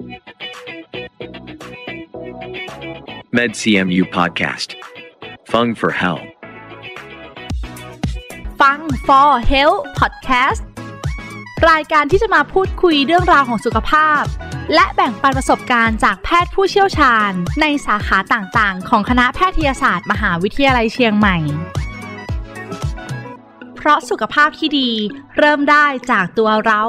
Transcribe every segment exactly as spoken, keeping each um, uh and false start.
MedCMU Podcast. Fung for Health. ฟัง for Health Podcast รายการที่จะมาพูดคุยเรื่องราวของสุขภาพและแบ่งปันประสบการณ์จากแพทย์ผู้เชี่ยวชาญในสาขาต่างๆของคณะแพทยศาสตร์มหาวิทยาลัยเชียงใหม่เพราะสุขภาพที่ดีเริ่มได้จากตัวเรา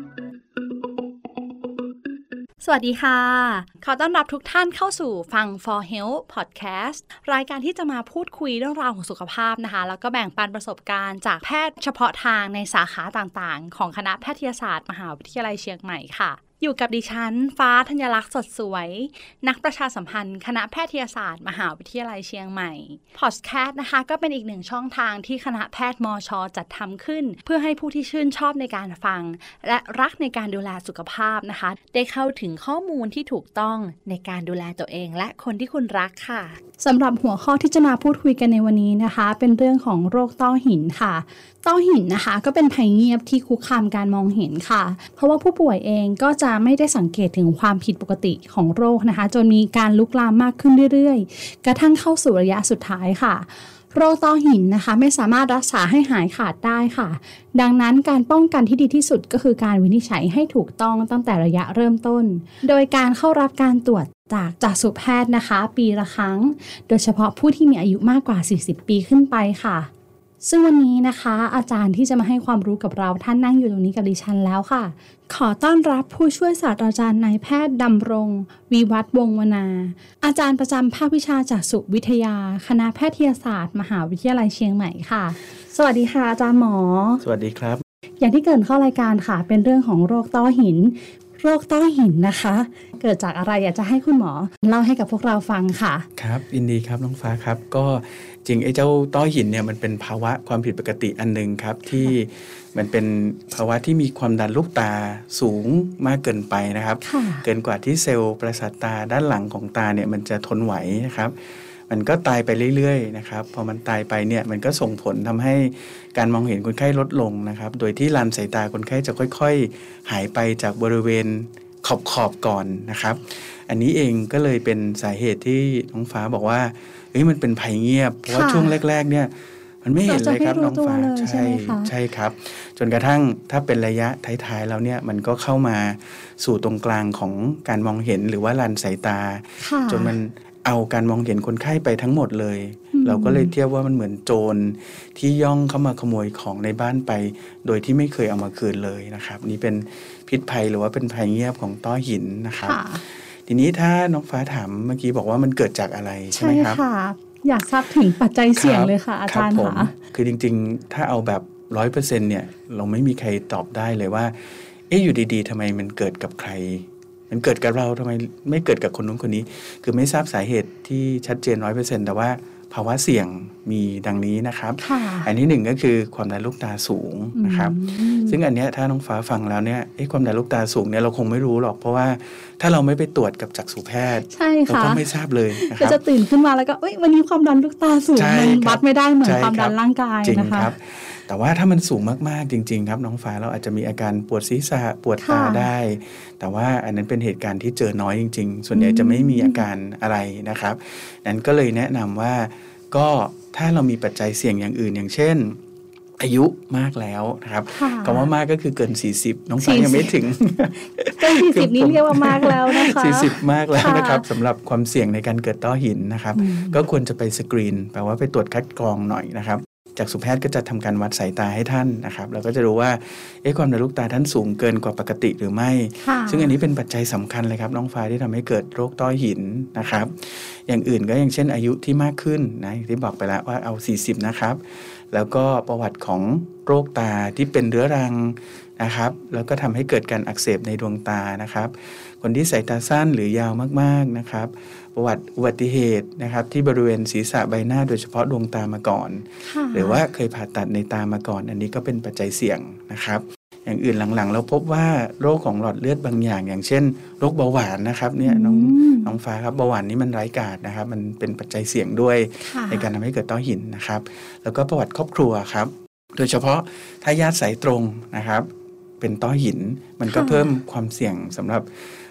สวัสดีค่ะขอต้อนรับทุกท่านเข้าสู่ฟัง for Health Podcast รายการที่จะมาพูดคุยเรื่องราวของสุขภาพนะคะแล้วก็แบ่งปันประสบการณ์จากแพทย์เฉพาะทางในสาขาต่างๆของคณะแพทยศาสตร์มหาวิทยาลัยเชียงใหม่ค่ะอยู่กับดิฉันฟ้าธัญลักษณ์สดสวยนักประชาสัมพันธ์คณะแพทยศาสตร์มหาวิทยาลัยเชียงใหม่พอดแคสต์นะคะก็เป็นอีกหนึ่งช่องทางที่คณะแพทย์มช.จัดทำขึ้นเพื่อให้ผู้ที่ชื่นชอบในการฟังและรักในการดูแลสุขภาพนะคะได้เข้าถึงข้อมูลที่ถูกต้องในการดูแลตัวเองและคนที่คุณรักค่ะสำหรับหัวข้อที่จะมาพูดคุยกันในวันนี้นะคะเป็นเรื่องของโรคต้อหินค่ะต้อหินนะคะก็เป็นภัยเงียบที่คุกคามการมองเห็นค่ะเพราะว่าผู้ป่วยเองก็จะไม่ได้สังเกตถึงความผิดปกติของโรคนะคะจนมีการลุกลามมากขึ้นเรื่อยๆกระทั่งเข้าสู่ระยะสุดท้ายค่ะโรคต้อหินนะคะไม่สามารถรักษาให้หายขาดได้ค่ะดังนั้นการป้องกันที่ดีที่สุดก็คือการวินิจฉัยให้ถูกต้องตั้งแต่ระยะเริ่มต้นโดยการเข้ารับการตรวจจากจักษุแพทย์นะคะปีละครั้งโดยเฉพาะผู้ที่มีอายุมากกว่าสี่สิบปีขึ้นไปค่ะซึ่งวันนี้นะคะอาจารย์ที่จะมาให้ความรู้กับเราท่านนั่งอยู่ตรงนี้กับดิฉันแล้วค่ะขอต้อนรับผู้ช่วยศาสตราจารย์นายแพทย์ดำรงวิวัฒน์วงศ์วนาอาจารย์ประจำภาควิชาจักษุวิทยาคณะแพทยศาสตร์มหาวิทยาลัยเชียงใหม่ค่ะสวัสดีค่ะอาจารย์หมอสวัสดีครับอย่างที่เกริ่นเข้ารายการค่ะเป็นเรื่องของโรคต้อหินโรคต้อหินนะคะเกิดจากอะไรอยากจะให้คุณหมอเล่าให้กับพวกเราฟังค่ะครับยินดีครับน้องฟ้าครับก็จริงไอ้เจ้าต้อหินเนี่ยมันเป็นภาวะความผิดปกติอันนึงครับที่มันเป็นภาวะที่มีความดันลูกตาสูงมากเกินไปนะครับเกินกว่าที่เซลล์ประสาทตาด้านหลังของตาเนี่ยมันจะทนไหวนะครับมันก็ตายไปเรื่อยๆนะครับพอมันตายไปเนี่ยมันก็ส่งผลทำให้การมองเห็นคนไข้ลดลงนะครับโดยที่ลานสายตาคนไข้จะค่อยๆหายไปจากบริเวณขอบๆก่อนนะครับอันนี้เองก็เลยเป็นสาเหตุที่น้องฟ้าบอกว่าเฮ้ยมันเป็นภัยเงียบเพราะว่าช่วงแรกๆเนี่ยมันไม่เห็นเลยครับน้องฟ้าใช่ใช่ครับจนกระทั่งถ้าเป็นระยะท้ายๆแล้วเนี่ยมันก็เข้ามาสู่ตรงกลางของการมองเห็นหรือว่าลานสายตาจนมันเอาการมองเห็นคนไข้ไปทั้งหมดเลยเราก็เลยเทียบว่ามันเหมือนโจรที่ย่องเข้ามาขโมยของในบ้านไปโดยที่ไม่เคยเอามาคืนเลยนะครับนี่เป็นพิษภัยหรือว่าเป็นภัยเงียบของต้อหินนะครับทีนี้ถ้าน้องฟ้าถามเมื่อกี้บอกว่ามันเกิดจากอะไรใช่ไหมครับใช่ค่ะอยากทราบถึงปัจจัยเสี่ยงเลยค่ะอาจารย์ค่ะคือจริงๆถ้าเอาแบบ ร้อยเปอร์เซ็นต์ เนี่ยเราไม่มีใครตอบได้เลยว่าเอ๊ะอยู่ดีๆทำไมมันเกิดกับใครมันเกิดกับเราทำไมไม่เกิดกับคนนู้นคนนี้คือไม่ทราบสาเหตุที่ชัดเจน ร้อยเปอร์เซ็นต์ แต่ว่าภาวะเสี่ยงมีดังนี้นะครับอันที่หนึ่งก็คือความดันลูกตาสูงนะครับซึ่งอันเนี้ยถ้าน้องฟ้าฟังแล้วเนี่ยความดันลูกตาสูงเนี่ยเราคงไม่รู้หรอกเพราะว่าถ้าเราไม่ไปตรวจกับจักษุแพทย์เราก็ไม่ทราบเลยนะครับจะตื่นขึ้นมาแล้วก็เอ้ยวันนี้ความดันลูกตาสูงมันวัดไม่ได้เหมือนความดันร่างกายนะคะแต่ว่าถ้ามันสูงมากๆจริงๆครับน้องฟ้าเราอาจจะมีอาการปวดศีรษะปวดตาได้แต่ว่าอันนั้นเป็นเหตุการณ์ที่เจอน้อยจริงๆส่วนใหญ่จะไม่มีอาการอะไรนะครับนั้นก็เลยแนะนำว่าก็ถ้าเรามีปัจจัยเสี่ยงอย่างอื่นอย่างเช่นอายุมากแล้วนะครับคำว่ามากก็คือเกินสี่สิบน้องฟ้ายังไม่ถึงเกินสี่สิบนี่เรียกว่ามากแล้วนะคะสี่สิบมากแล้วนะครับสำหรับความเสี่ยงในการเกิดต้อหินนะครับก็ควรจะไปสกรีนแปลว่าไปตรวจคัดกรองหน่อยนะครับจักษุแพทย์ก็จะทำการวัดสายตาให้ท่านนะครับแล้วก็จะรู้ว่าเอ๊ะความดันลูกตาท่านสูงเกินกว่าปกติหรือไม่ซึ่งอันนี้เป็นปัจจัยสำคัญเลยครับน้องฟ้าที่ทำให้เกิดโรคต้อหินนะครับอย่างอื่นก็อย่างเช่นอายุที่มากขึ้นนะที่บอกไปแล้วว่าเอาสี่สิบนะครับแล้วก็ประวัติของโรคตาที่เป็นเรื้อรังนะครับแล้วก็ทำให้เกิดการอักเสบในดวงตานะครับคนที่สายตาสั้นหรือยาวมากๆนะครับประวัติอุบัติเหตุนะครับที่บริเวณศีรษะใบหน้าโดยเฉพาะดวงตามาก่อนหรือว่าเคยผ่าตัดในตามาก่อนอันนี้ก็เป็นปัจจัยเสี่ยงนะครับอย่างอื่นหลังๆเราพบว่าโรคของหลอดเลือดบางอย่างอย่างเช่นโรคเบาหวานนะครับเนี่ยน้องน้องฟ้าครับเบาหวานนี่มันร้ายกาจนะครับมันเป็นปัจจัยเสี่ยงด้วยในการทำให้เกิดต้อหินนะครับแล้วก็ประวัติครอบครัวครับโดยเฉพาะถ้าญาติสายตรงนะครับเป็นต้อหินมันก็เพิ่มความเสี่ยงสำหรับ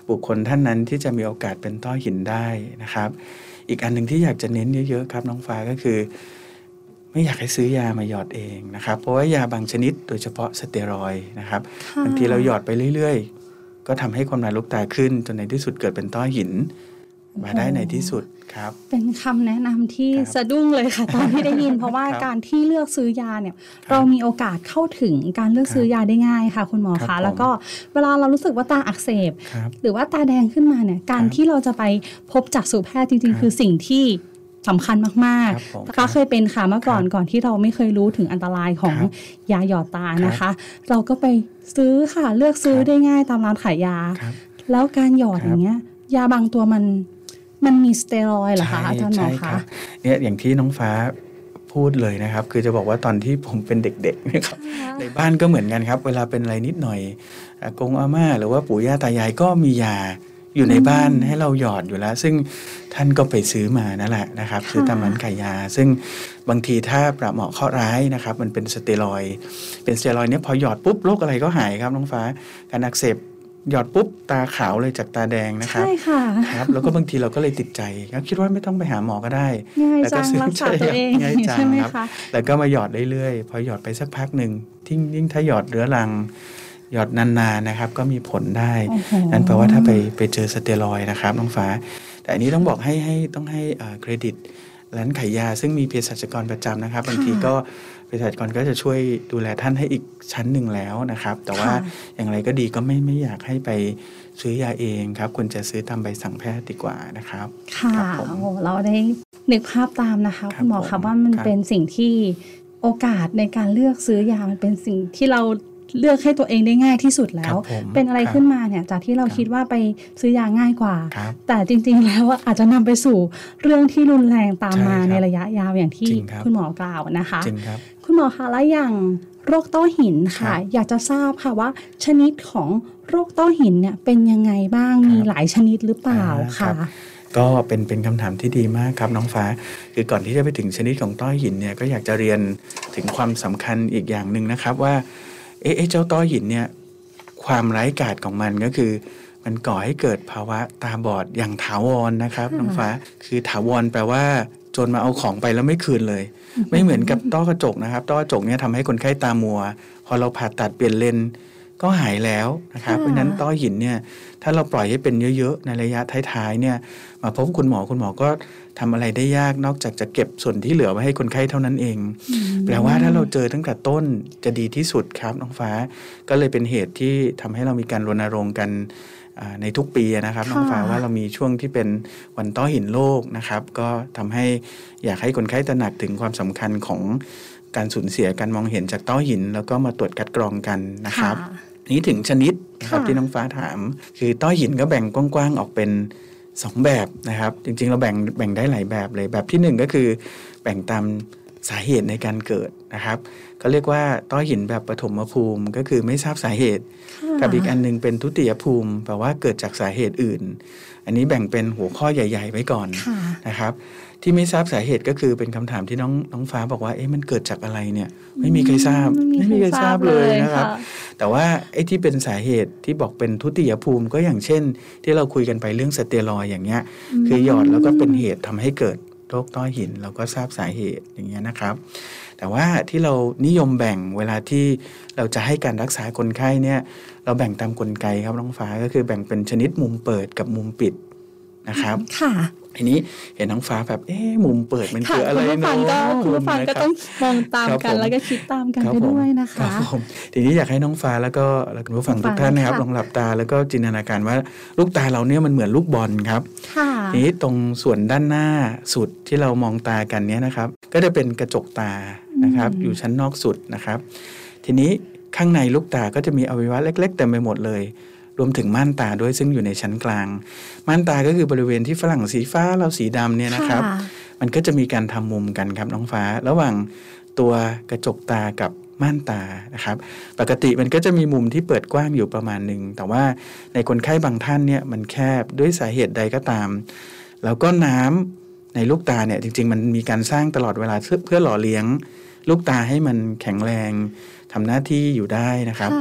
บุคคลท่านนั้นที่จะมีโอกาสเป็นต้อหินได้นะครับอีกอันหนึ่งที่อยากจะเน้นเยอะๆครับน้องฟ้าก็คือไม่อยากให้ซื้อยามาหยอดเองนะครับเพราะว่ายาบางชนิดโดยเฉพาะสเตียรอยด์นะครับบางทีเราหยอดไปเรื่อยๆก็ทำให้ความดันลูกตาขึ้นจนในที่สุดเกิดเป็นต้อหินมาได้ในที่สุดครับเป็นคำแนะนำที่สะดุ้งเลยค่ะตอนที่ได้ยินเพราะว่าการที่เลือกซื้อยาเนี่ยเรามีโอกาสเข้าถึงการเลือกซื้อยาได้ง่ายค่ะคุณหมอคะแล้วก็เวลาเรารู้สึกว่าตาอักเสบหรือว่าตาแดงขึ้นมาเนี่ยการที่เราจะไปพบจักษุแพทย์จริงๆคือสิ่งที่สำคัญมากๆก็เคยเป็นค่ะเมื่อก่อนก่อนที่เราไม่เคยรู้ถึงอันตรายของยาหยอดตานะคะเราก็ไปซื้อค่ะเลือกซื้อได้ง่ายตามร้านขายยาแล้วการหยอดอย่างเงี้ยยาบางตัวมันมันมีสเตียรอยด์เหรอคะอาจารย์หมอคะเนี่ยอย่างที่น้องฟ้าพูดเลยนะครับคือจะบอกว่าตอนที่ผมเป็นเด็กๆนะครับในบ้านก็เหมือนกันครับเวลาเป็นอะไรนิดหน่อยอากงอาม่าหรือว่าปู่ย่าตายายก็มียาอยู่ในบ้านให้เราหยอดอยู่แล้วซึ่งท่านก็ไปซื้อมานั่นแหละนะครับซื้อตามร้านขายยาซึ่งบางทีถ้าประเหมาะเคราะห์ร้ายนะครับมันเป็นสเตียรอยด์เป็นสเตียรอยด์เนี่ยพอหยอดปุ๊บโรคอะไรก็หายครับน้องฟ้าการอักเสบหยอดปุ๊บตาขาวเลยจากตาแดงนะครับใช่ค่ะครับแล้วก็บางทีเราก็เลยติดใจก็คิดว่าไม่ต้องไปหาหมอก็ได้แล้วก็ซื้อรักษาตัวเองใช่ไหมคะแล้วก็มาหยอดเรื่อยๆพอหยอดไปสักพักหนึ่งยิ่งยิ่งถ้าหยอดเรื้อรังหยอดนานๆนะครับก็มีผลได้นั่นแปลว่าถ้าไปไปเจอสเตียรอยด์นะครับน้องฟ้าแต่อันนี้ต้องบอกให้ให้ต้องให้เครดิตร้านขายยาซึ่งมีเภสัชกรประจำนะครับบางทีก็เภสัชกรก็จะช่วยดูแลท่านให้อีกชั้นหนึ่งแล้วนะครับแต่ว่าอย่างไรก็ดีก็ไม่ไม่อยากให้ไปซื้อยาเองครับควรจะซื้อตามใบสั่งแพทย์ดีกว่านะครับค่ะโอ้เราได้นึกภาพตามนะคะคุณหมอคะว่ามันเป็นสิ่งที่โอกาสในการเลือกซื้อยามันเป็นสิ่งที่เราเลือกให้ตัวเองได้ง่ายที่สุดแล้วเป็นอะไรขึ้นมาเนี่ยจากที่เราคิดว่าไปซื้อยาง่ายกว่าแต่จริงๆแล้วอาจจะนำไปสู่เรื่องที่รุนแรงตามมาในระยะยาวอย่างที่คุณหมอกล่าวนะคะคุณหมอคะแล้วอย่างโรคต้อหินค่ะอยากจะทราบค่ะว่าชนิดของโรคต้อหินเนี่ยเป็นยังไงบ้างมีหลายชนิดหรือเปล่าค่ะก็เป็นเป็นคำถามที่ดีมากครับน้องฟ้าคือก่อนที่จะไปถึงชนิดของต้อหินเนี่ยก็อยากจะเรียนถึงความสำคัญอีกอย่างหนึ่งนะครับว่าเอ๊ะเจ้าต้อหินเนี่ยความร้ายกาจของมันก็คือมันก่อให้เกิดภาวะตาบอดอย่างถาวรนะครับน้องฟ้าคือถาวรแปลว่าโจรมาเอาของไปแล้วไม่คืนเลยไม่เหมือนกับต้อกระจกนะครับต้อกระจกเนี่ยทำให้คนไข้ตามัวพอเราผ่าตัดเปลี่ยนเลนก็หายแล้วนะครับเพราะฉะนั้นต้อหินเนี่ยถ้าเราปล่อยให้เป็นเยอะๆในระยะท้ายๆเนี่ยมาพบคุณหมอคุณหมอก็ทำอะไรได้ยากนอกจากจะเก็บส่วนที่เหลือไว้ให้คนไข้เท่านั้นเองแปลว่าถ้าเราเจอตั้งแต่ต้นจะดีที่สุดครับน้องฟ้าก็เลยเป็นเหตุที่ทำให้เรามีการรณรงค์กันในทุกปีนะครับน้องฟ้าว่าเรามีช่วงที่เป็นวันต้อหินโลกนะครับก็ทำให้อยากให้คนไข้ตระหนักถึงความสำคัญของการสูญเสียการมองเห็นจากต้อหินแล้วก็มาตรวจคัดกรองกันนะครับนี้ถึงชนิดนะครับที่น้องฟ้าถามคือต้อหินก็แบ่งกว้างๆออกเป็นสองแบบนะครับจริงๆเราแบ่งแบ่งได้หลายแบบเลยแบบที่หนึ่งก็คือแบ่งตามสาเหตุในการเกิดนะครับก็เรียกว่าต้อหินแบบปฐมภูมิก็คือไม่ทราบสาเหตุกับอีกอันนึงเป็นทุติยภูมิแปลว่าเกิดจากสาเหตุอื่นอันนี้แบ่งเป็นหัวข้อใหญ่ๆไว้ก่อนนะครับที่ไม่ทราบสาเหตุก็คือเป็นคำถามที่น้องน้องฟ้าบอกว่าเอ๊ะมันเกิดจากอะไรเนี่ยไม่มีใครทราบไม่มีใครทราบเลยนะครับแต่ว่าไอ้ที่เป็นสาเหตุที่บอกเป็นทุติยภูมิก็อย่างเช่นที่เราคุยกันไปเรื่องสเตียรอยด์อย่างเงี้ยคือหยอดแล้วก็เป็นเหตุทำให้เกิดโรคต้อหินเราก็ทราบสาเหตุอย่างเงี้ยนะครับแต่ว่าที่เรานิยมแบ่งเวลาที่เราจะให้การรักษาคนไข้เนี่ยเราแบ่งตามกลไกครับน้องฟ้าก็คือแบ่งเป็นชนิดมุมเปิดกับมุมปิดนะครับค่ะทีนี้เห็นน้องฟ้าแบบเอ๊ะมุมเปิดมันคืออะไรเนาะคุณผู้ฟังก็ต้องมองตามกันแล้วก็คิดตามกันไปด้วยนะคะทีนี้อยากให้น้องฟ้าแล้วก็คุณผู้ฟังทุกท่านนะครับลองหลับตาแล้วก็จินตนาการว่าลูกตาเราเนี่ยมันเหมือนลูกบอลครับทีนี้ตรงส่วนด้านหน้าสุดที่เรามองตากันเนี้ยนะครับก็จะเป็นกระจกตานะครับอยู่ชั้นนอกสุดนะครับทีนี้ข้างในลูกตาก็จะมีอวัยวะเล็กๆเต็มไปหมดเลยรวมถึงม่านตาด้วยซึ่งอยู่ในชั้นกลางม่านตาก็คือบริเวณที่ฝรั่งสีฟ้าเราสีดำเนี่ยนะครับมันก็จะมีการทำมุมกันครับน้องฟ้าระหว่างตัวกระจกตากับม่านตานะครับปกติมันก็จะมีมุมที่เปิดกว้างอยู่ประมาณหนึ่งแต่ว่าในคนไข้บางท่านเนี่ยมันแคบด้วยสาเหตุใดก็ตามแล้วก็น้ำในลูกตาเนี่ยจริงๆมันมีการสร้างตลอดเวลาเพื่อหล่อเลี้ยงลูกตาให้มันแข็งแรงทำหน้าที่อยู่ได้นะครับ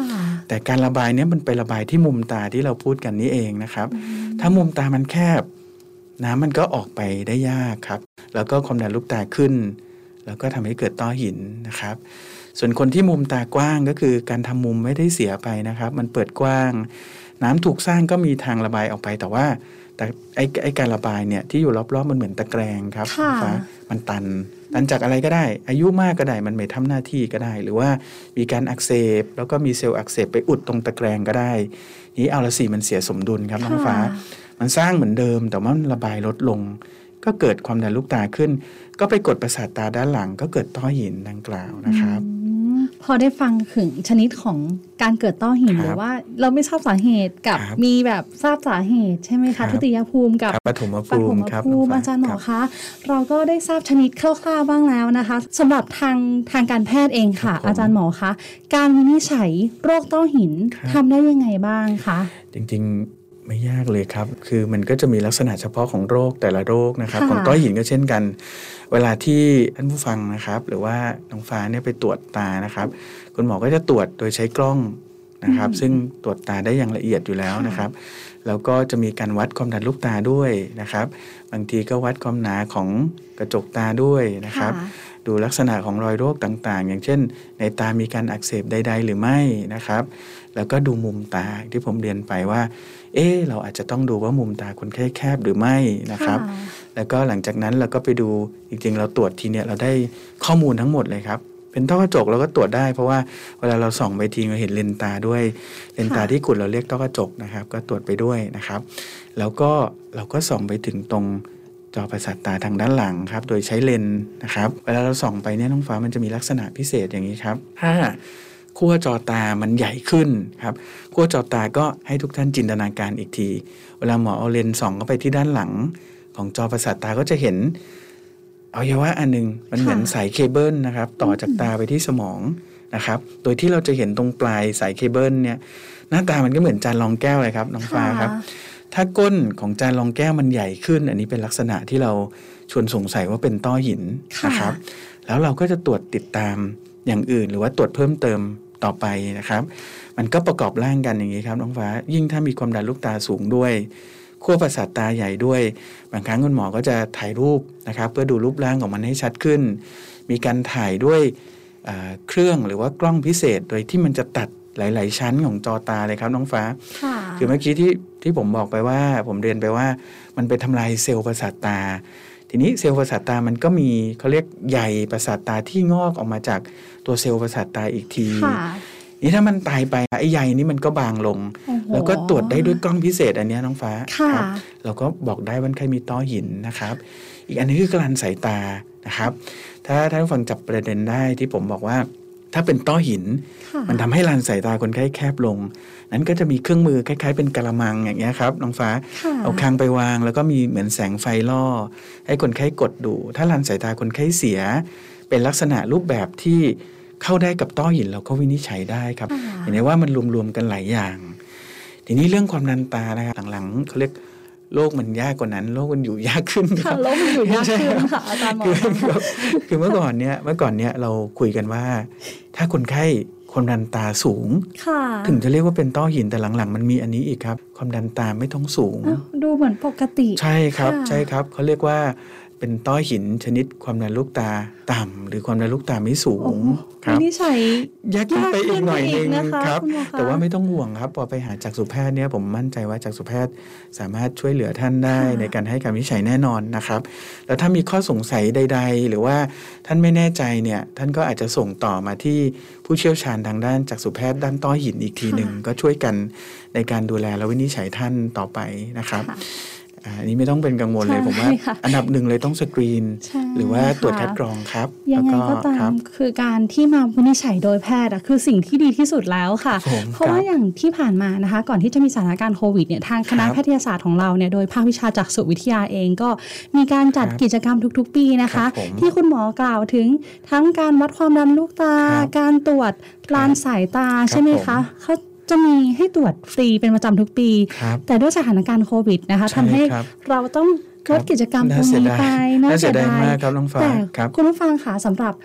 แต่การระบายเนี่ยมันไประบายที่มุมตาที่เราพูดกันนี่เองนะครับถ้ามุมตามันแคบน้ำมันก็ออกไปได้ยากครับแล้วก็ความดันลูกตาขึ้นแล้วก็ทำให้เกิดต้อหินนะครับส่วนคนที่มุมตากว้างก็คือการทำมุมไม่ได้เสียไปนะครับมันเปิดกว้างน้ำถูกสร้างก็มีทางระบายออกไปแต่ว่าแต่ไอ้ไอ้การระบายเนี่ยที่อยู่รอบๆมันเหมือนตะแกรงครับฟ้ามันตันตันจากอะไรก็ได้อายุมากก็ได้มันไม่ทำหน้าที่ก็ได้หรือว่ามีการอักเสบแล้วก็มีเซลล์อักเสบไปอุดตรงตะแกรงก็ได้นี้เอาละสิมันเสียสมดุลครับน้องฟ้ามันสร้างเหมือนเดิมแต่ว่ามันระบายลดลงก็เกิดความดันลูกตาขึ้นก็ไปกดประสาทตาด้านหลังก็เกิดต้อหินดังกล่าวนะครับพอได้ฟังถึงชนิดของการเกิดต้อหินหรือว่าเราไม่ทราบสาเหตุกับมีแบบทราบสาเหตุใช่ไหมคะทุติยภูมิกับปฐมภูมิครับอาจารย์หมอคะเราก็ได้ทราบชนิดคร่าวๆบ้างแล้วนะคะสำหรับทางทางการแพทย์เองค่ะอาจารย์หมอคะการวินิจฉัยโรคต้อหินทำได้ยังไงบ้างคะจริงๆไม่ยากเลยครับคือมันก็จะมีลักษณะเฉพาะของโรคแต่ละโรคนะครับของต้อหินก็เช่นกันเวลาที่ท่านผู้ฟังนะครับหรือว่าน้องฟ้าเนี่ยไปตรวจตานะครับคุณหมอก็จะตรวจโดยใช้กล้องนะครับซึ่งตรวจตาได้อย่างละเอียดอยู่แล้วนะครับแล้วก็จะมีการวัดความดันลูกตาด้วยนะครับบางทีก็วัดความหนาของกระจกตาด้วยนะครับดูลักษณะของรอยโรคต่างๆอย่างเช่นในตามีการอักเสบใดๆหรือไม่นะครับแล้วก็ดูมุมตาที่ผมเรียนไปว่าเอ๊ะเราอาจจะต้องดูว่ามุมตาคนไข้แคบหรือไม่นะครับแล้วก็หลังจากนั้นเราก็ไปดูจริงๆเราตรวจทีเนี้ยเราได้ข้อมูลทั้งหมดเลยครับเป็นต้อกระจกเราก็ตรวจได้เพราะว่าเวลาเราส่องไปทีเราเห็นเลนตาด้วยเลนตาที่ขุ่นเราเรียกต้อกระจกนะครับก็ตรวจไปด้วยนะครับแล้วก็เราก็ส่องไปถึงตรงจอประสาทตาทางด้านหลังครับโดยใช้เลนนะครับเวลาเราส่องไปเนี่ยน้องฟ้ามันจะมีลักษณะพิเศษอย่างนี้ครับถ้าขั้วจอตามันใหญ่ขึ้นครับขั้วจอตาก็ให้ทุกท่านจินตนาการอีกทีเวลาหมอเอาเลนส์ส่องเข้าไปที่ด้านหลังของจอประสาทตาก็จะเห็นอวัยวะอันนึงมันเหมือนสายเคเบิลนะครับต่อจากตาไปที่สมองนะครับโดยที่เราจะเห็นตรงปลายสายเคเบิลเนี่ยหน้าตามันก็เหมือนจานรองแก้วเลยครับน้องฟ้าครับถ้าก้นของจานรองแก้วมันใหญ่ขึ้นอันนี้เป็นลักษณะที่เราชวนสงสัยว่าเป็นต้อหินนะครับแล้วเราก็จะตรวจติดตามอย่างอื่นหรือว่าตรวจเพิ่มเติมต่อไปนะครับมันก็ประกอบร่างกันอย่างนี้ครับน้องฟ้ายิ่งถ้ามีความดันลูกตาสูงด้วยขั้วประสาทตาใหญ่ด้วยบางครั้งคุณหมอก็จะถ่ายรูปนะครับเพื่อดูรูปร่างของมันให้ชัดขึ้นมีการถ่ายด้วยเครื่องหรือว่ากล้องพิเศษโดยที่มันจะตัดหลายๆชั้นของจอตาเลยครับน้องฟ้าคือเมื่อกี้ที่ที่ผมบอกไปว่าผมเรียนไปว่ามันไปทำลายเซลล์ประสาทตาทีนี้เซลล์ประสาทตามันก็มีเขาเรียกใยประสาทตาที่งอกออกมาจากตัวเซลล์ประสาทตาอีกทีนี่ถ้ามันตายไปไอ้ใยนี้มันก็บางลงแล้วก็ตรวจได้ด้วยกล้องพิเศษอันนี้น้องฟ้าครับเราก็บอกได้ว่าใครมีต้อหินนะครับอีกอันนึงคือกลั้นสายตานะครับถ้าท่านผู้ฟังจับประเด็นได้ที่ผมบอกว่าถ้าเป็นต้อหินมันทำให้ลานสายตาคนไข้แคบลงนั้นก็จะมีเครื่องมือคล้ายๆเป็นกะละมังอย่างเงี้ยครับน้องฟ้าเอาคางไปวางแล้วก็มีเหมือนแสงไฟล่อให้คนไข้กดดูถ้าลานสายตาคนไข้เสียเป็นลักษณะรูปแบบที่เข้าได้กับต้อหินเราก็วินิจฉัยได้ครับเห็นไหมว่ามันรวมๆกันหลายอย่างทีนี้เรื่องความดันตานะครับหลังๆเขาเรียกโลกมันยากกว่านั้นโลกมันอยู่ยากขึ้นค่ะโลกมันอยู่ยากขึ้นค่ะอาจารย์หมอคือเมื่อก่อนเนี้ยเมื่อก่อนเนี้ยเราคุยกันว่าถ้าคนไข้ความดันตาสูงถึงจะเรียกว่าเป็นต้อหินแต่หลังๆมันมีอันนี้อีกครับความดันตาไม่ต้องสูงดูเหมือนปกติใช่ครับใช่ครับเขาเรียกว่าเป็นต้อหินชนิดความดันลูกตาต่ำหรือความดันลูกตาไม่สูงครับนี่ใช้ยากขึ้นไปอีกหน่อยนึงครับแต่ว่าไม่ต้องห่วงครับพอไปหาจักษุแพทย์เนี่ยผมมั่นใจว่าจักษุแพทย์สามารถช่วยเหลือท่านได้ในการให้คำวินิจฉัยแน่นอนนะครับแล้วถ้ามีข้อสงสัยใดๆหรือว่าท่านไม่แน่ใจเนี่ยท่านก็อาจจะส่งต่อมาที่ผู้เชี่ยวชาญทางด้านจักษุแพทย์ด้านต้อหินอีกทีหนึ่งก็ช่วยกันในการดูแลและวินิจฉัยท่านต่อไปนะครับอันนี้ไม่ต้องเป็นกังวลเลยผมว่าอันดับหนึ่งเลยต้องสกรีนหรือว่าตรวจคัดกรองครับยังไงก็ตามคือการที่มาวินิจฉัยโดยแพทย์คือสิ่งที่ดีที่สุดแล้วค่ะเพราะว่าอย่างที่ผ่านมานะคะก่อนที่จะมีสถานการณ์โควิดเนี่ยทางคณะแพทยศาสตร์ของเราเนี่ยโดยภาควิชาจักษุวิทยาเองก็มีการจัดกิจกรรมทุกๆปีนะคะที่คุณหมอกล่าวถึงทั้งการวัดความดันลูกตาการตรวจลานสายตาใช่ไหมคะเขาจะมีให้ตรวจฟรีเป็นประจำทุกปีแต่ด้วยสถานการณ์โควิดนะคะทำให้เราต้องลดกิจกรรมตรงนี้ไปน่าเสียดายมากครับน้องฟ้าแต่คุณผู้ฟังค่ะสำหรับ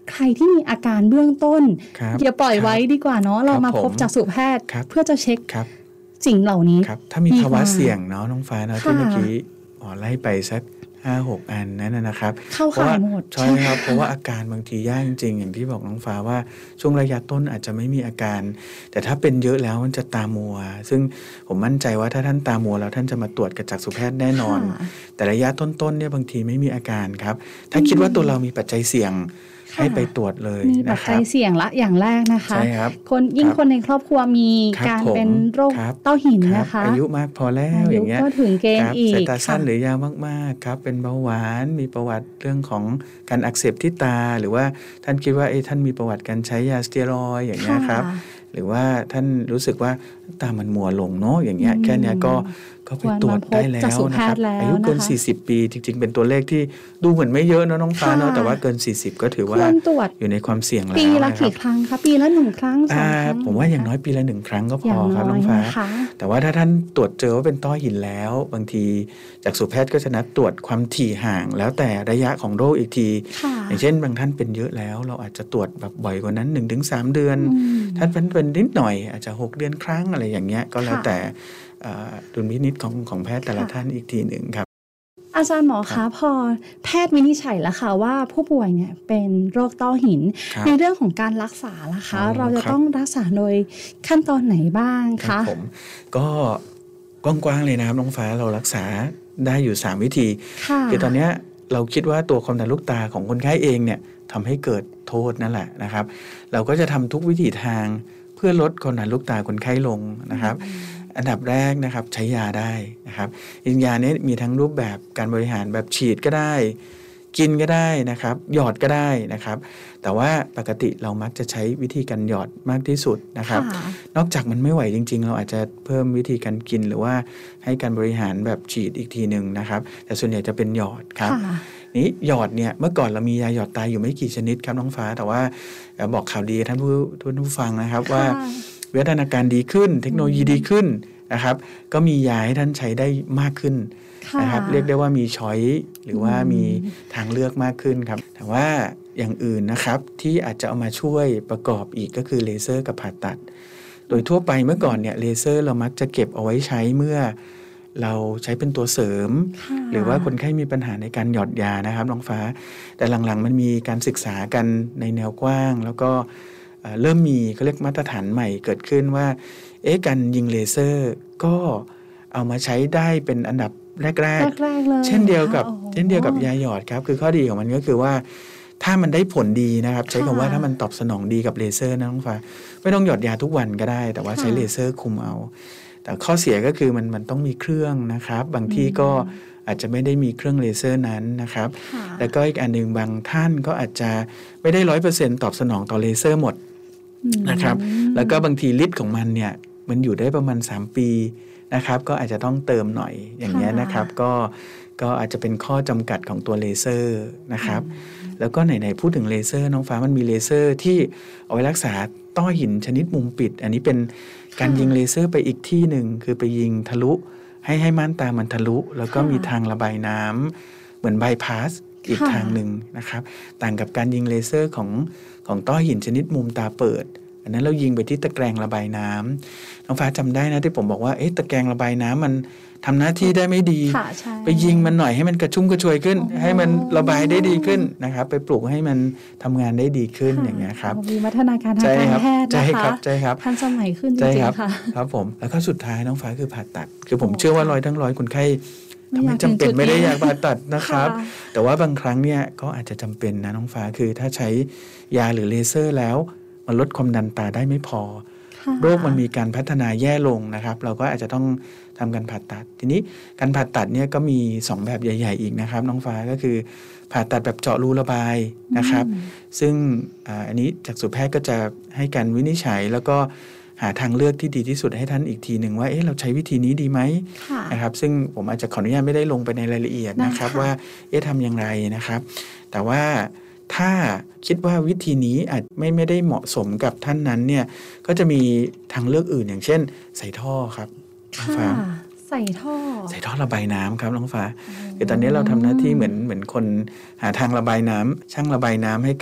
ใครที่มีอาการเบื้องต้นอย่าปล่อยไว้ดีกว่าเนาะเรามาพบจักษุแพทย์เพื่อจะเช็คสิ่งเหล่านี้ถ้ามีภาวะเสี่ยงเนาะน้องฟ้าเนาะที่เมื่อกี้อ๋อไล่ไปสักห้าหกอันนั่นนะครับเข้าข่ายหมดใช่ครับเพราะว่าอาการบางทียากจริงๆอย่างที่บอกน้องฟ้าว่าช่วงระยะต้นอาจจะไม่มีอาการแต่ถ้าเป็นเยอะแล้วมันจะตามัวซึ่งผมมั่นใจว่าถ้าท่านตามัวแล้วท่านจะมาตรวจกับจักษุแพทย์แน่นอนแต่ระยะต้นๆเนี่ยบางทีไม่มีอาการครับถ้าคิดว่าตัวเรามีปัจจัยเสี่ยงให้ไปตรวจเลยมีปัจจัยเสี่ยงละอย่างแรกนะคะใช่ครับคนยิ่งคนในครอบครัวมีการเป็นโรคเต้าหินนะคะอายุมากพอแล้วอย่างเงี้ยก็ถึงเกณฑ์อีกสายตาสั้นหรือยาวมากๆครับเป็นเบาหวานมีประวัติเรื่องของการอักเสบที่ตาหรือว่าท่านคิดว่าเอ้ท่านมีประวัติการใช้ยาสเตียรอยด์อย่างเงี้ยครับหรือว่าท่านรู้สึกว่าตามันมัวลงเนาะอย่างเงี้ยแค่นี้ก็ก็ไปตรวจได้แล้วนะครับอายุเกินสี่สิบปีจริงๆเป็นตัวเลขที่ดูเหมือนไม่เยอะเนาะน้องฟ้าเนาะแต่ว่าเกินสี่สิบก็ถือว่าอยู่ในความเสี่ยงแล้วปีละกี่ครั้งคะปีละหนึ่งครั้งสองครั้งผมว่าอย่างน้อยปีละหนึ่งครั้งก็พอครับน้องฟ้าแต่ว่าถ้าท่านตรวจเจอว่าเป็นต้อหินแล้วบางทีจักษุแพทย์ก็จะนัดตรวจความถี่ห่างแล้วแต่ระยะของโรคอีกทีอย่างเช่นบางท่านเป็นเยอะแล้วเราอาจจะตรวจแบบบ่อยกว่านั้น หนึ่งถึงสาม เดือนท่านเป็นนิดหน่อยอาจจะหกเดือนครั้งอะไรอย่างเงี้ยก็แล้วแต่ดุลพินิจของของแพทย์แต่ละท่านอีกทีหนึ่งครับอาจารย์หมอคะพอแพทย์วินิจฉัยแล้วค่ะว่าผู้ป่วยเนี่ยเป็นโรคต้อหินในเรื่องของการรักษาล่ะคะเราจะต้องรักษาโดยขั้นตอนไหนบ้างคะผมก็กว้างๆเลยนะครับน้องฟ้าเรารักษาได้อยู่สามวิธีคือตอนนี้เราคิดว่าตัวความดันลูกตาของคนไข้เองเนี่ยทำให้เกิดโทษนั่นแหละนะครับเราก็จะทำทุกวิถีทางเพื่อลดความดันลูกตาคนไข้ลงนะครับอันดับแรกนะครับใช้ยาได้นะครับยานี้มีทั้งรูปแบบการบริหารแบบฉีดก็ได้กินก็ได้นะครับหยอดก็ได้นะครับแต่ว่าปกติเรามักจะใช้วิธีการหยอดมากที่สุดนะครับนอกจากมันไม่ไหวจริงๆเราอาจจะเพิ่มวิธีการกินหรือว่าให้การบริหารแบบฉีดอีกทีนึงนะครับแต่ส่วนใหญ่จะเป็นหยอดครับนี้หยอดเนี่ยเมื่อก่อนเรามียาหยอดตาอยู่ไม่กี่ชนิดครับน้องฟ้าแต่ว่าบอกข่าวดีท่านผู้ท่านผู้ฟังนะครับว่าวิวัฒนาการดีขึ้นเทคโนโลยีดีขึ้นนะครับก็มียาให้ท่านใช้ได้มากขึ้นนะครับเรียกได้ว่ามีช้อยหรือว่ามีทางเลือกมากขึ้นครับแต่ว่าอย่างอื่นนะครับที่อาจจะเอามาช่วยประกอบอีกก็คือเลเซอร์กับผ่าตัดโดยทั่วไปเมื่อก่อนเนี่ยเลเซอร์เรามักจะเก็บเอาไว้ใช้เมื่อเราใช้เป็นตัวเสริมหรือว่าคนไข้มีปัญหาในการหยอดยานะครับน้องฟ้าแต่หลังๆมันมีการศึกษากันในแนวกว้างแล้วก็เริ่มมีเขาเรียกมาตรฐานใหม่เกิดขึ้นว่าเอ๊ะการยิงเลเซอร์ก็เอามาใช้ได้เป็นอันดับแรกๆเช่นเดียวกับเช่นเดียวกับยาหยอดครับคือข้อดีของมันก็คือว่าถ้ามันได้ผลดีนะครับใช้คำว่าถ้ามันตอบสนองดีกับเลเซอร์นะน้องฟ้าไม่ต้องหยอดยาทุกวันก็ได้แต่ว่าใช้เลเซอร์คุมเอาแต่ข้อเสียก็คือมันมันต้องมีเครื่องนะครับบางที่ก็อาจจะไม่ได้มีเครื่องเลเซอร์นั้นนะครับแล้วก็อีกอันนึงบางท่านก็อาจจะไม่ได้ ร้อยเปอร์เซ็นต์ ตอบสนองต่อเลเซอร์หมดนะครับแล้วก็บางทีฤทธิ์ของมันเนี่ยมันอยู่ได้ประมาณสามปีนะครับก็อาจจะต้องเติมหน่อยอย่างนี้นะครับก็ก็อาจจะเป็นข้อจำกัดของตัวเลเซอร์นะครับแล้วก็ไหนๆพูดถึงเลเซอร์น้องฟ้ามันมีเลเซอร์ที่เอาไว้รักษาต้อหินชนิดมุมปิดอันนี้เป็นการยิงเลเซอร์ไปอีกที่หนึ่งคือไปยิงทะลุให้ให้ม่านตามันทะลุแล้วก็มีทางระบายน้ำเหมือนบายพาสอีกทางหนึ่งนะครับต่างกับการยิงเลเซอร์ของของต้อหินชนิดมุมตาเปิดอันนั้นเรายิงไปที่ตะแกรงระบายน้ำน้องฟ้าจำได้นะที่ผมบอกว่าเอ๊ะตะแกรงระบายน้ำมันทำหน้าที่ได้ไม่ดีไปยิงมันหน่อยให้มันกระชุ่มกระชวยขึ้นให้มันระบายได้ดีขึ้นนะครับไปปลูกให้มันทำงานได้ดีขึ้นอย่างเงี้ยครับมีวัฒนาการทางการแพทย์นะคะใช่ครับทันสมัยขึ้นจริงๆค่ะครับผมแล้วก็สุดท้ายน้องฟ้าคือผ่าตัดคือผมเชื่อว่าร้อยทั้งร้อยคนไข้ไม่จำเป็นไม่ได้อยากผ่าตัดนะครับแต่ว่าบางครั้งเนี่ยก็อาจจะจำเป็นนะน้องฟ้าคือถ้าใช้ยาหรือเลเซอร์แล้วมันลดความดันตาได้ไม่พอโรคมันมีการพัฒนาแย่ลงนะครับเราก็อาจจะต้องทำการผ่าตัดทีนี้การผ่าตัดเนี่ยก็มีสองแบบใหญ่ๆอีกนะครับน้องฟ้าก็คือผ่าตัดแบบเจาะรูระบายนะครับซึ่ง อ, อันนี้จักษุแพทย์ก็จะให้การวินิจฉัยแล้วก็หาทางเลือกที่ดีที่สุดให้ท่านอีกทีหนึ่งว่าเอ๊ะเราใช้วิธีนี้ดีไหมนะครับซึ่งผมอาจจะขออนุญาตไม่ได้ลงไปในรายละเอียดนะครับว่าเอ๊ะทำอย่างไรนะครับแต่ว่าถ้าคิดว่าวิธีนี้อาจไม่ไม่ได้เหมาะสมกับท่านนั้นเนี่ยก็จะมีทางเลือกอื่นอย่างเช่นใส่ท่อครับน้องฟ้าใส่ท่อใส่ท่อระบายน้ำครับน้องฟ้าคือตอนนี้เราทำหน้าที่เหมือนเหมือนคนหาทางระบายน้ำช่างระบายน้ำให้กับ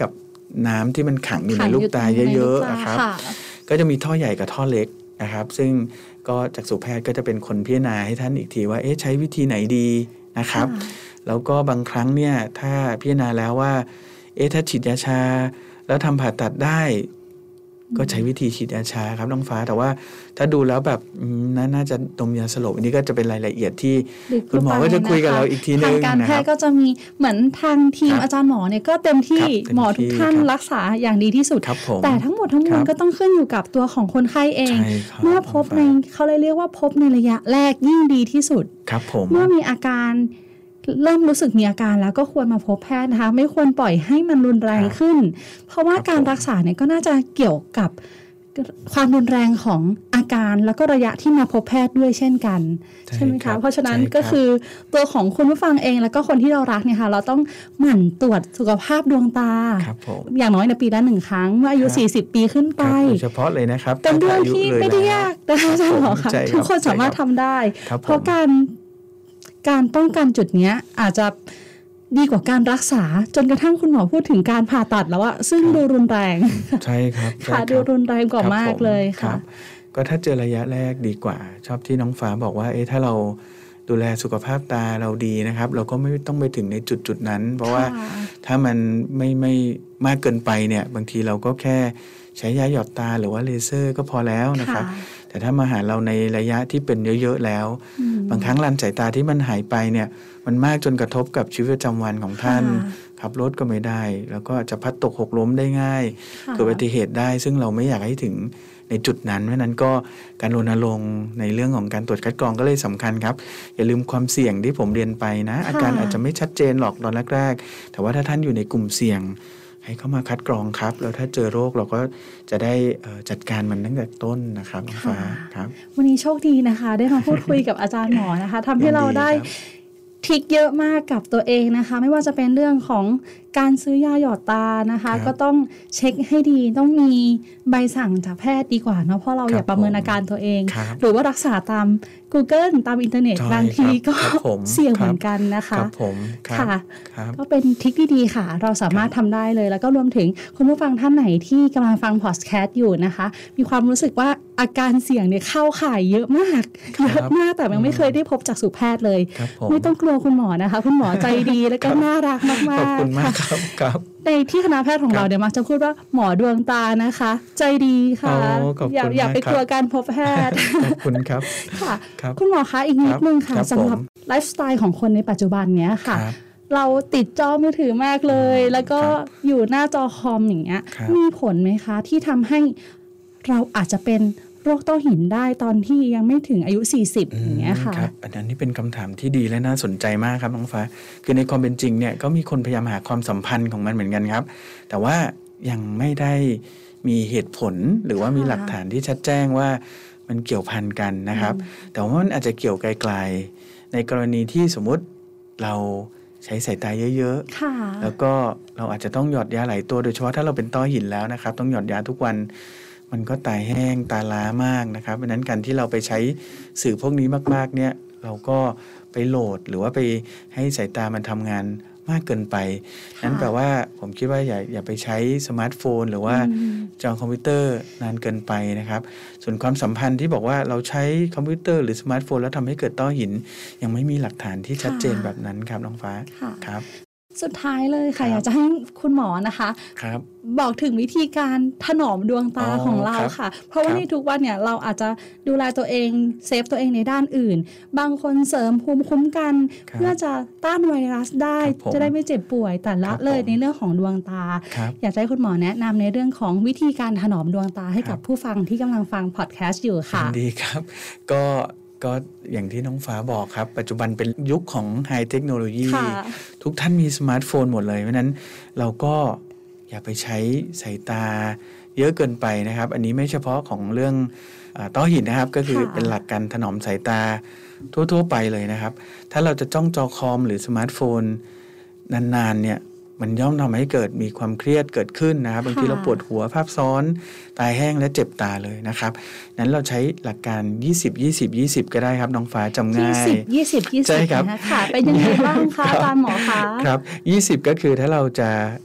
น้ำที่มันขังอยู่ในลูกตาเยอะๆนะครับก็จะมีท่อใหญ่กับท่อเล็กนะครับซึ่งก็จักษุแพทย์ก็จะเป็นคนพิจารณาให้ท่านอีกทีว่าเอ๊ะใช้วิธีไหนดีนะครับแล้วก็บางครั้งเนี่ยถ้าพิจารณาแล้วว่าเอ๊ะถ้าฉีดยาชาแล้วทำผ่าตัดได้ก็ใช้วิธีฉีดยาชาครับน้องฟ้าแต่ว่าถ้าดูแล้วแบบน่าจะดมยาสลบอันนี้ก็จะเป็นรายละเอียดที่คุณหมอก็จะคุยกับเราอีกทีนึงทางการแพทย์ก็จะมีเหมือนทางทีมอาจารย์หมอเนี่ยก็เต็มที่หมอทุกท่านรักษาอย่างดีที่สุดแต่ทั้งหมดทั้งมวลก็ต้องขึ้นอยู่กับตัวของคนไข้เองเมื่อพบในเขาเลยเรียกว่าพบในระยะแรกยิ่งดีที่สุดเมื่อมีอาการเริ่มรู้สึกมีอาการแล้วก็ควรมาพบแพทย์นะคะไม่ควรปล่อยให้มันรุนแรงขึ้นเพราะว่าการรักษาเนี่ยก็น่าจะเกี่ยวกับความรุนแรงของอาการแล้วก็ระยะที่มาพบแพทย์ด้วยเช่นกันใช่ไหมคะเพราะฉะนั้นก็คือตัวของคุณผู้ฟังเองแล้วก็คนที่เรารักเนี่ยค่ะเราต้องหมั่นตรวจสุขภาพดวงตาอย่างน้อยในปีละหนึ่งครั้งเมื่ออายุสี่สิบปีขึ้นไปโดยเฉพาะเลยนะครับเป็นเรื่องที่ไม่ได้ยากนะคะอาจารย์หมอค่ะทุกคนสามารถทำได้เพราะการการป้องกันจุดนี้อาจจะดีกว่าการรักษาจนกระทั่งคุณหมอพูดถึงการผ่าตัดแล้วอะซึ่งดูรุนแรงใช่ครับค่ะดูรุนแรงกว่ามากเลยค่ะก็ถ้าเจอระยะแรกดีกว่าชอบที่น้องฟ้าบอกว่าเอ๊ะถ้าเราดูแลสุขภาพตาเราดีนะครับเราก็ไม่ต้องไปถึงในจุดจุดนั้นเพราะว่าถ้ามันไม่ไม่มากเกินไปเนี่ยบางทีเราก็แค่ใช้ยาหยอดตาหรือว่าเลเซอร์ก็พอแล้วนะครับแต่ถ้ามาหาเราในระยะที่เป็นเยอะๆแล้วบางครั้งลานสายตาที่มันหายไปเนี่ยมันมากจนกระทบกับชีวิตประจำวันของท่านขับรถก็ไม่ได้แล้วก็จะพัดตกหกล้มได้ง่ายเกิดอุบัติเหตุได้ซึ่งเราไม่อยากให้ถึงในจุดนั้นเพราะนั้นก็การรณรงค์ในเรื่องของการตรวจคัดกรองก็เลยสำคัญครับอย่าลืมความเสี่ยงที่ผมเรียนไปนะอาการอาจจะไม่ชัดเจนหรอกตอนแรกๆแต่ว่าถ้าท่านอยู่ในกลุ่มเสี่ยงให้เข้ามาคัดกรองครับแล้วถ้าเจอโรคเราก็จะได้จัดการมันตั้งแต่ต้นนะครับน้องฟ้าครับวันนี้โชคดีนะคะได้มาพูดคุยกับอาจารย์หมอนะคะทำให้เราได้ทริคเยอะมากกับตัวเองนะคะไม่ว่าจะเป็นเรื่องของการซื้อยาหยอดตานะคะก็ต้องเช็คให้ดีต้องมีใบสั่งจากแพทย์ดีกว่าเนาะเพราะเราอย่าประเมินอาการตัวเองหรือว่ารักษาตาม Google ตามอินเทอร์เน็ตบางทีก็เสี่ยงเหมือนกันนะคะค่ะก็เป็นทริคดีๆค่ะเราสามารถทำได้เลยแล้วก็รวมถึงคุณผู้ฟังท่านไหนที่กำลังฟังพอดแคสต์อยู่นะคะมีความรู้สึกว่าอาการเสี่ยงเนี่ยเข้าข่ายเยอะมากเยอะมากแต่ยังไม่เคยได้พบจักษุแพทย์เลยไม่ต้องกลัวคุณหมอนะคะคุณหมอใจดีแล้วก็น่ารักมากๆขอบคุณมากครับครับในที่คณะแพทย์ของเราเดี๋ยวมักจะพูดว่าหมอดวงตานะคะใจดีค่ะอย่าอย่าไปกลัวการพบแพทย์ขอบคุณครับค่ะคุณหมอคะอีกนิดนึงค่ะสำหรับไลฟ์สไตล์ของคนในปัจจุบันเนี้ยค่ะเราติดจอมือถือมากเลยแล้วก็อยู่หน้าจอคอมอย่างเงี้ยมีผลไหมคะที่ทำให้เราอาจจะเป็นโรคต้อหินได้ตอนที่ยังไม่ถึงอายุสี่สิบอย่างเงี้ยค่ะครับอันนี้เป็นคำถามที่ดีและน่าสนใจมากครับน้องฟ้าคือในความเป็นจริงเนี่ยก็มีคนพยายามหาความสัมพันธ์ของมันเหมือนกันครับแต่ว่ายังไม่ได้มีเหตุผลหรือว่ามีหลักฐานที่ชัดแจ้งว่ามันเกี่ยวพันกันนะครับแต่ว่ามันอาจจะเกี่ยวไกลๆในกรณีที่สมมุติเราใช้สายตาเยอะๆแล้วก็เราอาจจะต้องหยอดยาหลายตัวโดยเฉพาะถ้าเราเป็นต้อหินแล้วนะครับต้องหยอดยาทุกวันมันก็ตาแห้งตาล้ามากนะครับเพราะนั้นการที่เราไปใช้สื่อพวกนี้มากๆเนี่ยเราก็ไปโหลดหรือว่าไปให้สายตามันทำงานมากเกินไปนั้นแปลว่าผมคิดว่าอย่าอย่าไปใช้สมาร์ทโฟนหรือว่าจอคอมพิวเตอร์นานเกินไปนะครับส่วนความสัมพันธ์ที่บอกว่าเราใช้คอมพิวเตอร์หรือสมาร์ทโฟนแล้วทำให้เกิดต้อหินยังไม่มีหลักฐานที่ชัดเจนแบบนั้นครับน้องฟ้าครับสุดท้ายเลยค่ะอยากจะให้คุณหมอนะคะบอกถึงวิธีการถนอมดวงตาของเราค่ะเพราะว่าในทุกวันเนี่ยเราอาจจะดูแลตัวเองเซฟตัวเองในด้านอื่นบางคนเสริมภูมิคุ้มกันเพื่อจะต้านไวรัสได้จะได้ไม่เจ็บป่วยแต่ละเลยในเรื่องของดวงตาอยากให้คุณหมอแนะนำในเรื่องของวิธีการถนอมดวงตาให้กับผู้ฟังที่กำลังฟังพอดแคสต์อยู่ค่ะดีครับก็ก็อย่างที่น้องฟ้าบอกครับปัจจุบันเป็นยุคของไฮเทคโนโลยีทุกท่านมีสมาร์ทโฟนหมดเลยเพราะนั้นเราก็อย่าไปใช้สายตาเยอะเกินไปนะครับอันนี้ไม่เฉพาะของเรื่องต้อหินนะครับก็คือเป็นหลักการถนอมสายตาทั่วๆไปเลยนะครับถ้าเราจะจ้องจอคอมหรือสมาร์ทโฟนนานๆเนี่ยมันย่อมทำให้เกิดมีความเครียดเกิดขึ้นนะครับบางทีเราปวดหัวภาพซ้อนตาแห้งและเจ็บตาเลยนะครับนั้นเราใช้หลักการยี่สิบ ยี่สิบ ยี่สิบก็ได้ครับน้องฟ้าจำง่ายยี่สิบ ยี่สิบ ยี่สิบนะคะค่ะเป็นยังไงบ้างคะอาจารย์หมอคะครับยี่สิบก็คือถ้าเราจะ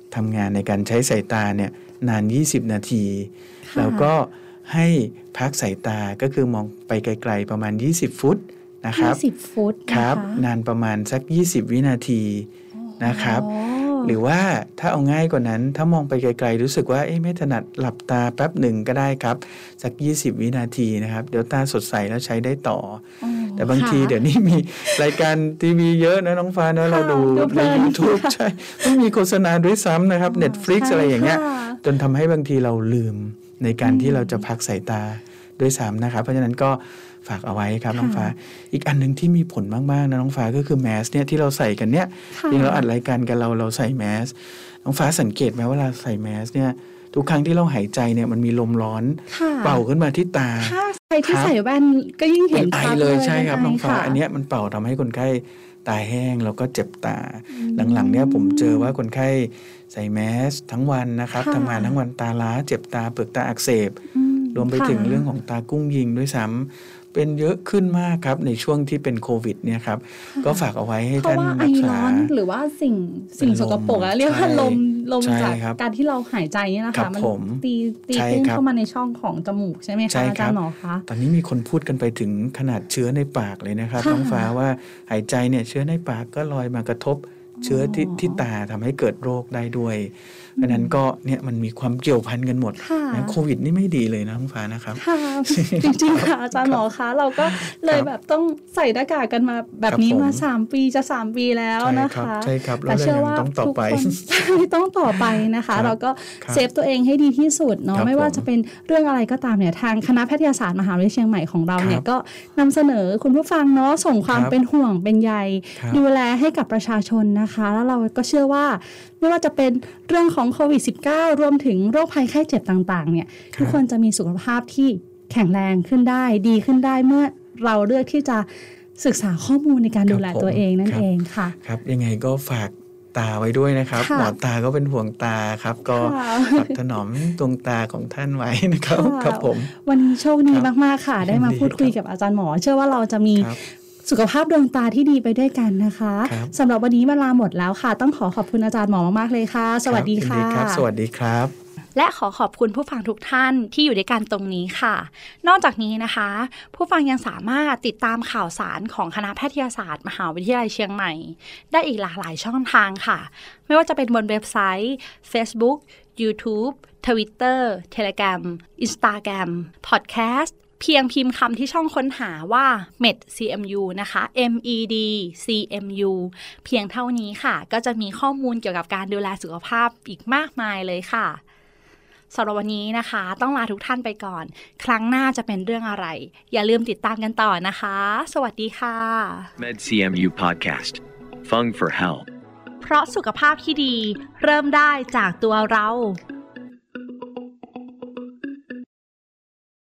ทำงานในการใช้สายตาเนี่ยนานยี่สิบนาทีแล้วก็ให้พักสายตาก็คือมองไปไกลๆประมาณยี่สิบฟุตนะครับยี่สิบฟุตครับนานประมาณสักยี่สิบวินาทีนะครับหรือว่าถ้าเอาง่ายกว่านั้นถ้ามองไปไกลๆรู้สึกว่าเอ๊ะไม่ถนัดหลับตาแป๊บหนึ่งก็ได้ครับสักยี่สิบวินาทีนะครับเดี๋ยวตาสดใสแล้วใช้ได้ต่อแต่บางทีเดี๋ยวนี้มีรายการทีวีเยอะนะน้องฟ้านะเราดูใน YouTube ใช่ไม่มีโฆษณาด้วยซ้ำนะครับ Netflix อะไรอย่างเงี้ยจนทำให้บางทีเราลืมในการที่เราจะพักสายตาด้วยซ้ำนะครับเพราะฉะนั้นก็ฝากเอาไว้ครับน้องฟ้าอีกอันนึงที่มีผลมากๆนะน้องฟ้าก็คือแมสเนี่ยที่เราใส่กันเนี่ยจริงเราอัดรายการกันเราเราใส่แมสน้องฟ้าสังเกตไหมว่าเราใส่แมสเนี่ยทุกครั้งที่เราหายใจเนี่ยมันมีลมร้อนเป่าขึ้นมาที่ตาถ้าใครที่ใส่แว่นก็ยิ่งเห็นชัดเลยใช่ครับน้องฟ้าอันเนี้ยมันเป่าทำให้คนไข้ตาแห้งแล้วก็เจ็บตาหลังๆเนี่ยผมเจอว่าคนไข้ใส่แมสทั้งวันนะครับทำงานทั้งวันตาล้าเจ็บตาเปลือกตาอักเสบรวมไปถึงเรื่องของตากุ้งยิงด้วยซ้ำเป็นเยอะขึ้นมากครับในช่วงที่เป็นโควิดเนี่ยครับก็ฝากเอาไว้ให้ท่านรักษาหรือว่าสิ่งสิ่งสกปรกเรียกว่าลมลมจากการที่เราหายใจนี่นะคะมันตีตีขึ้นเข้ามาในช่องของจมูกใช่ไหมคะอาจารย์หมอคะตอนนี้มีคนพูดกันไปถึงขนาดเชื้อในปากเลยนะครับน้องฟ้าว่าหายใจเนี่ยเชื้อในปากก็ลอยมากระทบเชื้อที่ที่ตาทำให้เกิดโรคได้ด้วยเพราะนั้นก็เนี่ยมันมีความเกี่ยวพันกันหมดนะโควิดนี่ไม่ดีเลยนะน้องฟ้านะครับจริงๆค่ะอาจารย์หมอคะเราก็เลยแบบต้องใส่หน้ากากกันมาแบบนี้มาสามปีจะสามปีแล้วนะคะใช่ครับแต่เชื่อว่าทุกคนต้องต่อไปนะคะเราก็เซฟตัวเองให้ดีที่สุดเนาะไม่ว่าจะเป็นเรื่องอะไรก็ตามเนี่ยทางคณะแพทยศาสตร์มหาวิทยาลัยเชียงใหม่ของเราเนี่ยก็นำเสนอคุณผู้ฟังเนาะส่งความเป็นห่วงเป็นใยดูแลให้กับประชาชนนะคะแล้วเราก็เชื่อว่าไม่ว่าจะเป็นเรื่องของโควิด สิบเก้า รวมถึงโรคภัยไข้เจ็บต่างๆเนี่ยทุกคนจะมีสุขภาพที่แข็งแรงขึ้นได้ดีขึ้นได้เมื่อเราเลือกที่จะศึกษาข้อมูลในการดูแลตัวเองนั่นเองค่ะครับยังไงก็ฝากตาไว้ด้วยนะครับหมอตาก็เป็นห่วงตาครับก็ถนอมดวงตาของท่านไว้นะครับครับผมวันนี้โชคดีมากๆค่ะได้มาพูดคุยกับอาจารย์หมอเชื่อว่าเราจะมีสุขภาพดวงตาที่ดีไปด้วยกันนะคะสำหรับวันนี้เวลาหมดแล้วค่ะต้องขอขอบคุณอาจารย์หมอมากๆเลยค่ะสวัสดีค่ะสวัสดีครับและขอขอบคุณผู้ฟังทุกท่านที่อยู่ด้วยกันตรงนี้ค่ะนอกจากนี้นะคะผู้ฟังยังสามารถติดตามข่าวสารของคณะแพทยศาสตร์มหาวิทยาลัยเชียงใหม่ได้อีกหลากหลายช่องทางค่ะไม่ว่าจะเป็นบนเว็บไซต์ Facebook YouTube Twitter Telegram Instagram Podcastเพียงพิมพ์คำที่ช่องค้นหาว่า เมด ซี เอ็ม ยู นะคะ เอ็ม อี ดี ซี เอ็ม ยู เพียงเท่านี้ค่ะก็จะมีข้อมูลเกี่ยวกับการดูแลสุขภาพอีกมากมายเลยค่ะสำหรับวันนี้นะคะต้องลาทุกท่านไปก่อนครั้งหน้าจะเป็นเรื่องอะไรอย่าลืมติดตามกันต่อนะคะสวัสดีค่ะเมด ซี เอ็ม ยู Podcast Fung for Health เพราะสุขภาพที่ดีเริ่มได้จากตัวเรา